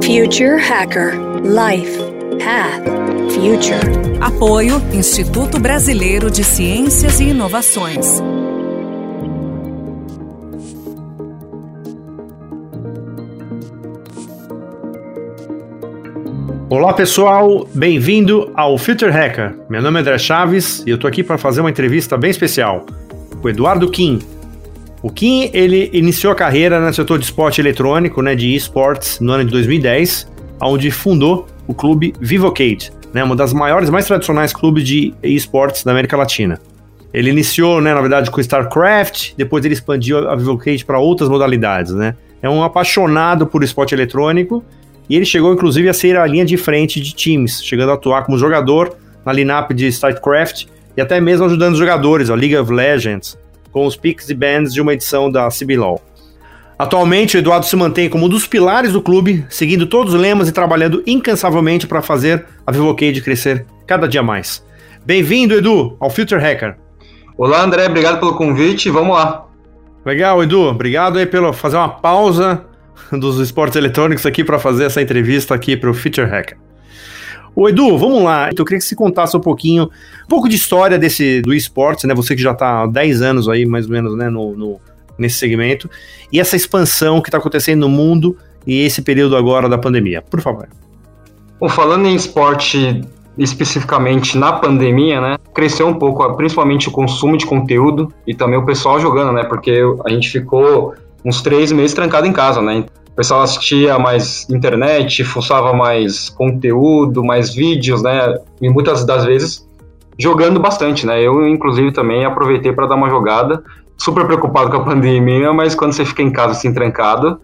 Future Hacker. Life. Path. Future. Apoio Instituto Brasileiro de Ciências e Inovações. Olá pessoal, bem-vindo ao Future Hacker. Meu nome é André Chaves e eu tô aqui para fazer uma entrevista bem especial com o Eduardo Kim. O Kim, ele iniciou a carreira no setor de esporte eletrônico, de esportes, no ano de 2010, onde fundou o clube Vivocade, uma das maiores, mais tradicionais clubes de esportes da América Latina. Ele iniciou, na verdade, com StarCraft, depois ele expandiu a Vivocade para outras modalidades, É um apaixonado por esporte eletrônico e ele chegou, inclusive, a ser a linha de frente de times, chegando a atuar como jogador na lineup de StarCraft e até mesmo ajudando os jogadores, a League of Legends, com os picks e bans de uma edição da CBLOL. Atualmente, o Eduardo se mantém como um dos pilares do clube, seguindo todos os lemas e trabalhando incansavelmente para fazer a Vivocade crescer cada dia mais. Bem-vindo, Edu, ao Future Hacker. Olá, André, obrigado pelo convite, vamos lá. Legal, Edu, obrigado aí pelo fazer uma pausa dos esportes eletrônicos aqui para fazer essa entrevista aqui para o Future Hacker. Ô Edu, vamos lá, eu queria que você contasse um pouco de história do esportes, Você que já está há 10 anos aí, mais ou menos, nesse segmento, e essa expansão que está acontecendo no mundo e esse período agora da pandemia, por favor. Bom, falando em esporte especificamente na pandemia, cresceu um pouco, principalmente o consumo de conteúdo e também o pessoal jogando, Porque a gente ficou uns 3 meses trancado em casa, O pessoal assistia mais internet, fuçava mais conteúdo, mais vídeos, E muitas das vezes jogando bastante, Eu, inclusive, também aproveitei para dar uma jogada, super preocupado com a pandemia, mas quando você fica em casa assim, trancado,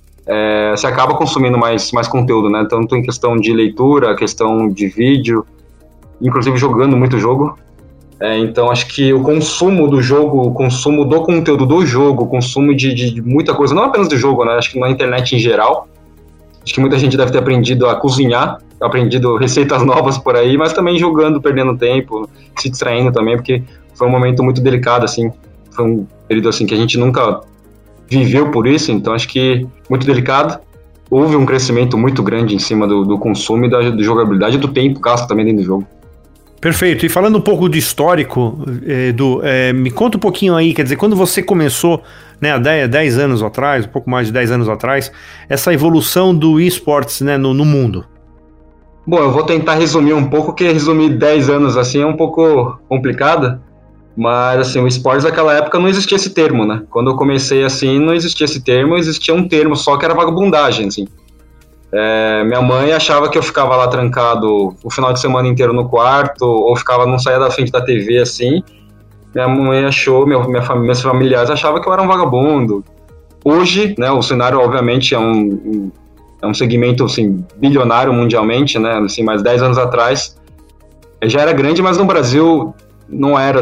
você acaba consumindo mais conteúdo, Tanto em questão de leitura, questão de vídeo, inclusive jogando muito jogo. Então acho que o consumo do jogo, o consumo do conteúdo do jogo, o consumo de muita coisa, não apenas do jogo, Acho que na internet em geral, acho que muita gente deve ter aprendido a cozinhar, aprendido receitas novas por aí, mas também jogando, perdendo tempo, se distraindo também, porque foi um momento muito delicado, assim, foi um período assim que a gente nunca viveu por isso, então acho que muito delicado. Houve um crescimento muito grande em cima do consumo e da jogabilidade e do tempo gasto também dentro do jogo. Perfeito, e falando um pouco de histórico, Edu, me conta um pouquinho aí, quer dizer, quando você começou, há 10 anos atrás, um pouco mais de 10 anos atrás, essa evolução do esportes, no mundo. Bom, eu vou tentar resumir um pouco, porque resumir 10 anos assim é um pouco complicado, mas assim, o esportes naquela época não existia esse termo, Quando eu comecei assim, não existia esse termo, existia um termo só que era vagabundagem, assim. Minha mãe achava que eu ficava lá trancado o final de semana inteiro no quarto, ou não saía da frente da TV assim. Minha mãe achou, meus familiares achavam que eu era um vagabundo. Hoje, o cenário obviamente é um segmento assim, bilionário mundialmente, assim, mais 10 anos atrás já era grande, mas no Brasil não era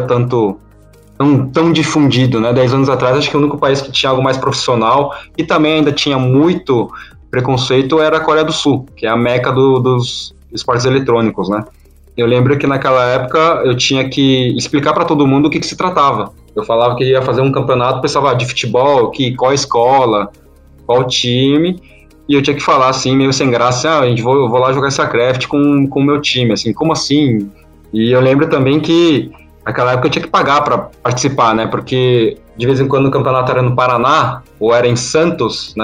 tão difundido, 10 anos atrás acho que o único país que tinha algo mais profissional e também ainda tinha muito preconceito era a Coreia do Sul, que é a meca dos esportes eletrônicos, Eu lembro que naquela época eu tinha que explicar para todo mundo o que se tratava. Eu falava que ia fazer um campeonato, pensava de futebol, qual escola, qual time, e eu tinha que falar assim, meio sem graça, eu vou lá jogar StarCraft com o meu time, assim, como assim? E eu lembro também que naquela época eu tinha que pagar para participar, porque de vez em quando o campeonato era no Paraná, ou era em Santos,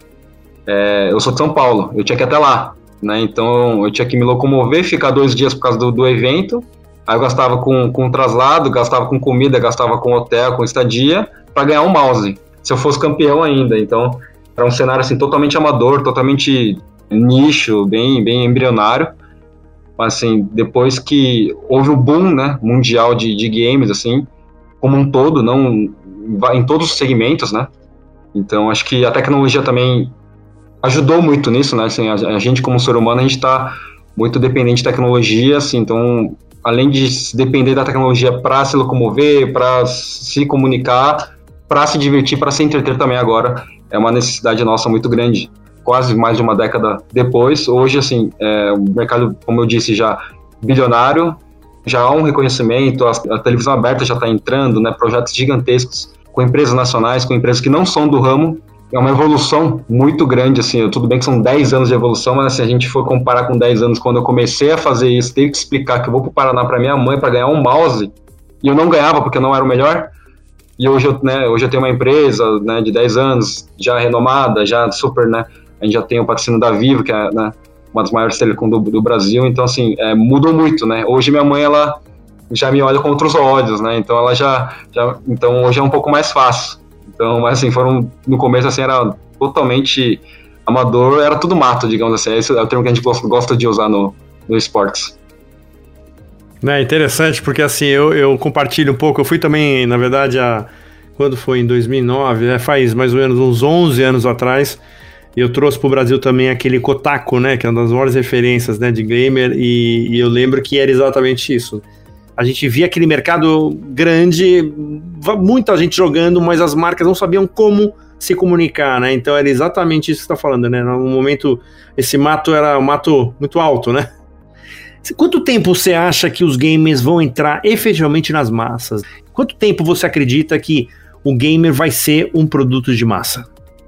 eu sou de São Paulo, eu tinha que ir até lá, então eu tinha que me locomover, ficar 2 dias por causa do evento, aí eu gastava com traslado, gastava com comida, gastava com hotel, com estadia, para ganhar um mouse, se eu fosse campeão ainda. Então era um cenário assim, totalmente amador, totalmente nicho, bem embrionário, mas assim, depois que houve o boom mundial de games, assim, como um todo, não em todos os segmentos, então acho que a tecnologia também ajudou muito nisso, Assim, a gente como ser humano, a gente está muito dependente de tecnologia, assim, então, além de depender da tecnologia para se locomover, para se comunicar, para se divertir, para se entreter também agora, é uma necessidade nossa muito grande. Quase mais de uma década depois, hoje, assim, o mercado, como eu disse, já bilionário, já há um reconhecimento, a televisão aberta já está entrando, projetos gigantescos com empresas nacionais, com empresas que não são do ramo, é uma evolução muito grande, assim, tudo bem que são 10 anos de evolução, mas se a gente for comparar com 10 anos, quando eu comecei a fazer isso, teve que explicar que eu vou pro Paraná pra minha mãe para ganhar um mouse, e eu não ganhava porque eu não era o melhor, e hoje eu tenho uma empresa, né, de 10 anos, já renomada, já super, né, a gente já tem o patrocínio da Vivo, que é, né, uma das maiores telecom do Brasil, então, assim, mudou muito, né, hoje minha mãe, ela já me olha com outros olhos, né, então ela então hoje é um pouco mais fácil. Então, mas assim, no começo, assim, era totalmente amador, era tudo mato, digamos assim. Esse é o termo que a gente gosta de usar no esportes. É interessante, porque assim, eu compartilho um pouco, eu fui também, na verdade, quando foi em 2009, né, faz mais ou menos uns 11 anos atrás, eu trouxe para o Brasil também aquele Kotaku, né, que é uma das maiores referências, né, de gamer, e eu lembro que era exatamente isso. A gente via aquele mercado grande, muita gente jogando, mas as marcas não sabiam como se comunicar, né? Então era exatamente isso que você está falando, né? No momento, esse mato era um mato muito alto, né? Quanto tempo você acha que os gamers vão entrar efetivamente nas massas? Quanto tempo você acredita que o gamer vai ser um produto de massa?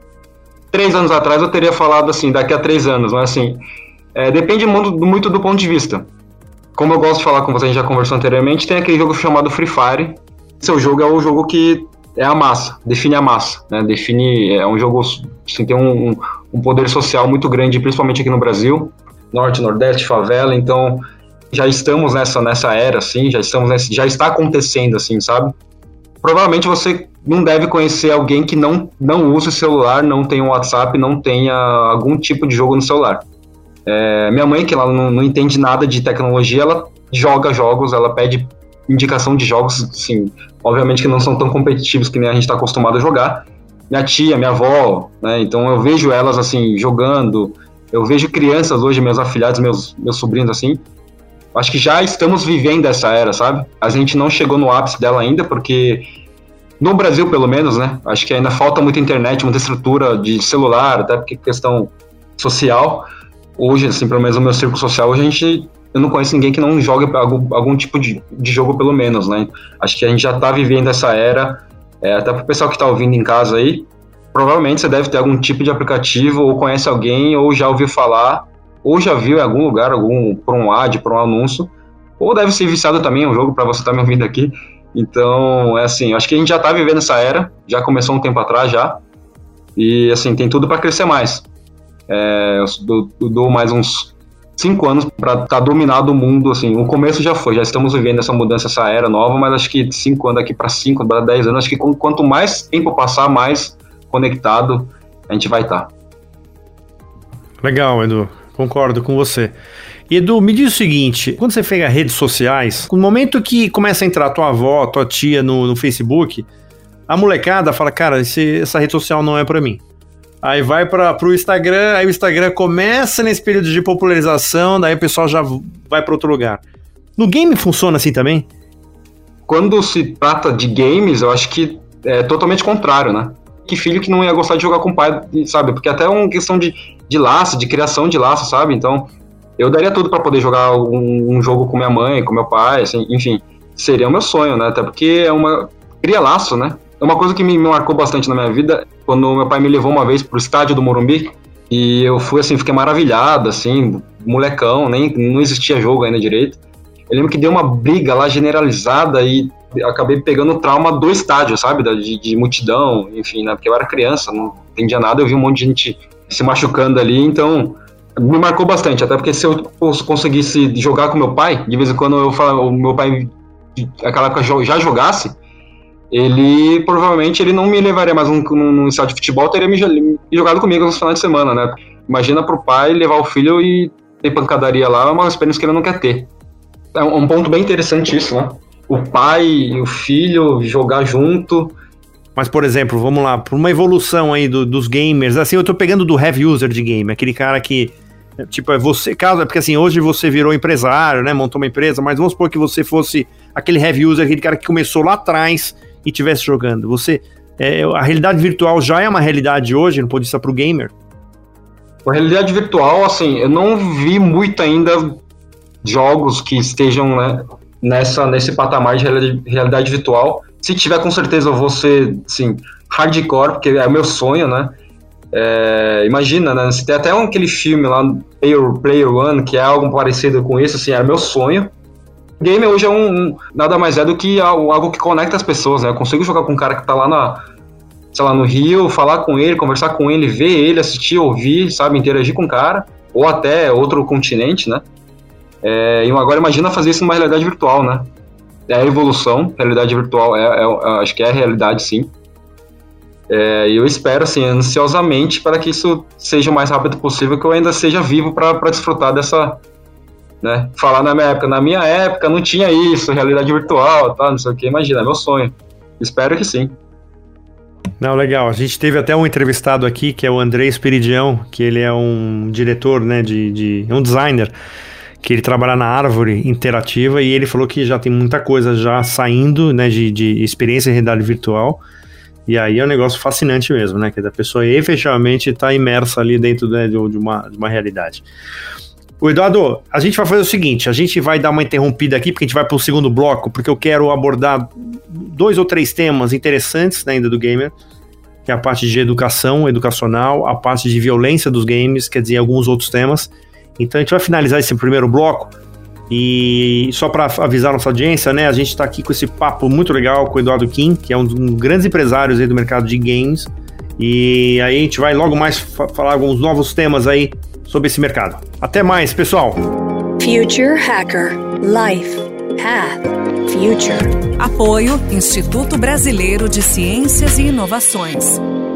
3 anos atrás eu teria falado assim, daqui a 3 anos, mas assim, depende muito do ponto de vista. Como eu gosto de falar com você, a gente já conversou anteriormente, tem aquele jogo chamado Free Fire. Seu jogo é o jogo que é a massa, define a massa, né? É um jogo que tem um poder social muito grande, principalmente aqui no Brasil, Norte, Nordeste, favela, então já estamos nessa era, assim, já está acontecendo, assim, sabe? Provavelmente você não deve conhecer alguém que não use celular, não tenha um WhatsApp, não tenha algum tipo de jogo no celular. Minha mãe, que ela não entende nada de tecnologia, ela joga jogos, ela pede indicação de jogos, assim, obviamente que não são tão competitivos que nem a gente está acostumado a jogar. Minha tia, minha avó, né, então eu vejo elas, assim, jogando, eu vejo crianças hoje, meus afilhados, meus sobrinhos, assim, acho que já estamos vivendo essa era, sabe? A gente não chegou no ápice dela ainda, porque no Brasil, pelo menos, né, acho que ainda falta muita internet, muita estrutura de celular, até porque questão social. Hoje, assim, pelo menos no meu círculo social, eu não conheço ninguém que não jogue algum tipo de jogo, pelo menos, né? Acho que a gente já tá vivendo essa era, até pro pessoal que tá ouvindo em casa aí, provavelmente você deve ter algum tipo de aplicativo, ou conhece alguém, ou já ouviu falar, ou já viu em algum lugar, por um ad, por um anúncio, ou deve ser viciado também, é um jogo para você estar me ouvindo aqui. Então, assim, acho que a gente já tá vivendo essa era, já começou um tempo atrás já, e, assim, tem tudo para crescer mais. Eu dou mais uns 5 anos para estar dominado o mundo, assim, o começo já estamos vivendo essa mudança, essa era nova, mas acho que 5 anos daqui para 5, para 10 anos, acho que quanto mais tempo passar, mais conectado a gente vai estar. Legal, Edu, concordo com você. E, Edu, me diz o seguinte, quando você pega redes sociais, no momento que começa a entrar tua avó, tua tia no Facebook, a molecada fala, cara, essa rede social não é para mim. Aí vai pro Instagram, aí o Instagram começa nesse período de popularização, daí o pessoal já vai para outro lugar. No game funciona assim também? Quando se trata de games, eu acho que é totalmente contrário, né? Que filho que não ia gostar de jogar com o pai, sabe? Porque até é uma questão de laço, de criação de laço, sabe? Então, eu daria tudo para poder jogar um jogo com minha mãe, com meu pai, assim, enfim, seria o meu sonho, né? Até porque cria laço, né? É uma coisa que me marcou bastante na minha vida, quando meu pai me levou uma vez pro estádio do Morumbi, e eu fui, assim, fiquei maravilhado, assim, molecão, não existia jogo ainda direito. Eu lembro que deu uma briga lá generalizada e acabei pegando trauma do estádio, sabe, de multidão, enfim, né, porque eu era criança, não entendia nada, eu vi um monte de gente se machucando ali, então me marcou bastante, até porque se eu conseguisse jogar com meu pai, de vez em quando eu falava, o meu pai, naquela época, já jogasse, ele provavelmente não me levaria mais num estádio de futebol, teria me jogado comigo nos finais de semana, né? Imagina pro pai levar o filho e ter pancadaria lá, é uma experiência que ele não quer ter. É um ponto bem interessante isso, né? O pai e o filho jogar junto. Mas, por exemplo, vamos lá, por uma evolução aí dos gamers, assim, eu tô pegando do heavy user de game, aquele cara que, tipo, porque assim, hoje você virou empresário, né, montou uma empresa, mas vamos supor que você fosse aquele heavy user, aquele cara que começou lá atrás e estivesse jogando. A realidade virtual já é uma realidade hoje, não pode ser pro gamer? A realidade virtual, assim, eu não vi muito ainda jogos que estejam, né, nesse patamar de realidade virtual. Se tiver, com certeza eu vou ser, assim, hardcore, porque é o meu sonho, né? Imagina, né? Você tem até aquele filme lá, Player One, que é algo parecido com isso, assim, era meu sonho. O game hoje nada mais é do que algo que conecta as pessoas, né? Eu consigo jogar com um cara que tá lá no Rio, falar com ele, conversar com ele, ver ele, assistir, ouvir, sabe? Interagir com o cara, ou até outro continente, né? E agora imagina fazer isso numa realidade virtual, né? É a evolução, realidade virtual, acho que é a realidade, sim. E eu espero, assim, ansiosamente para que isso seja o mais rápido possível, que eu ainda seja vivo para desfrutar dessa, né? Falar na minha época não tinha isso, realidade virtual, tá, não sei o que, imagina, é meu sonho. Espero que sim. Não, legal. A gente teve até um entrevistado aqui, que é o André Esperidião, que ele é um diretor, né, um designer, que ele trabalha na Árvore Interativa, e ele falou que já tem muita coisa já saindo, né, de experiência em realidade virtual. E aí é um negócio fascinante mesmo, né? Que a pessoa efetivamente está imersa ali dentro, né, de uma realidade. O Eduardo, a gente vai fazer o seguinte, a gente vai dar uma interrompida aqui, porque a gente vai para o segundo bloco, porque eu quero abordar 2 ou 3 temas interessantes, né, ainda do gamer, que é a parte de educacional, a parte de violência dos games, quer dizer, alguns outros temas. Então a gente vai finalizar esse primeiro bloco. E só para avisar a nossa audiência, né, a gente está aqui com esse papo muito legal com o Eduardo Kim, que é um dos grandes empresários aí do mercado de games, e aí a gente vai logo mais falar alguns novos temas aí sobre esse mercado. Até mais, pessoal! Future Hacker Life Path Future. Apoio Instituto Brasileiro de Ciências e Inovações.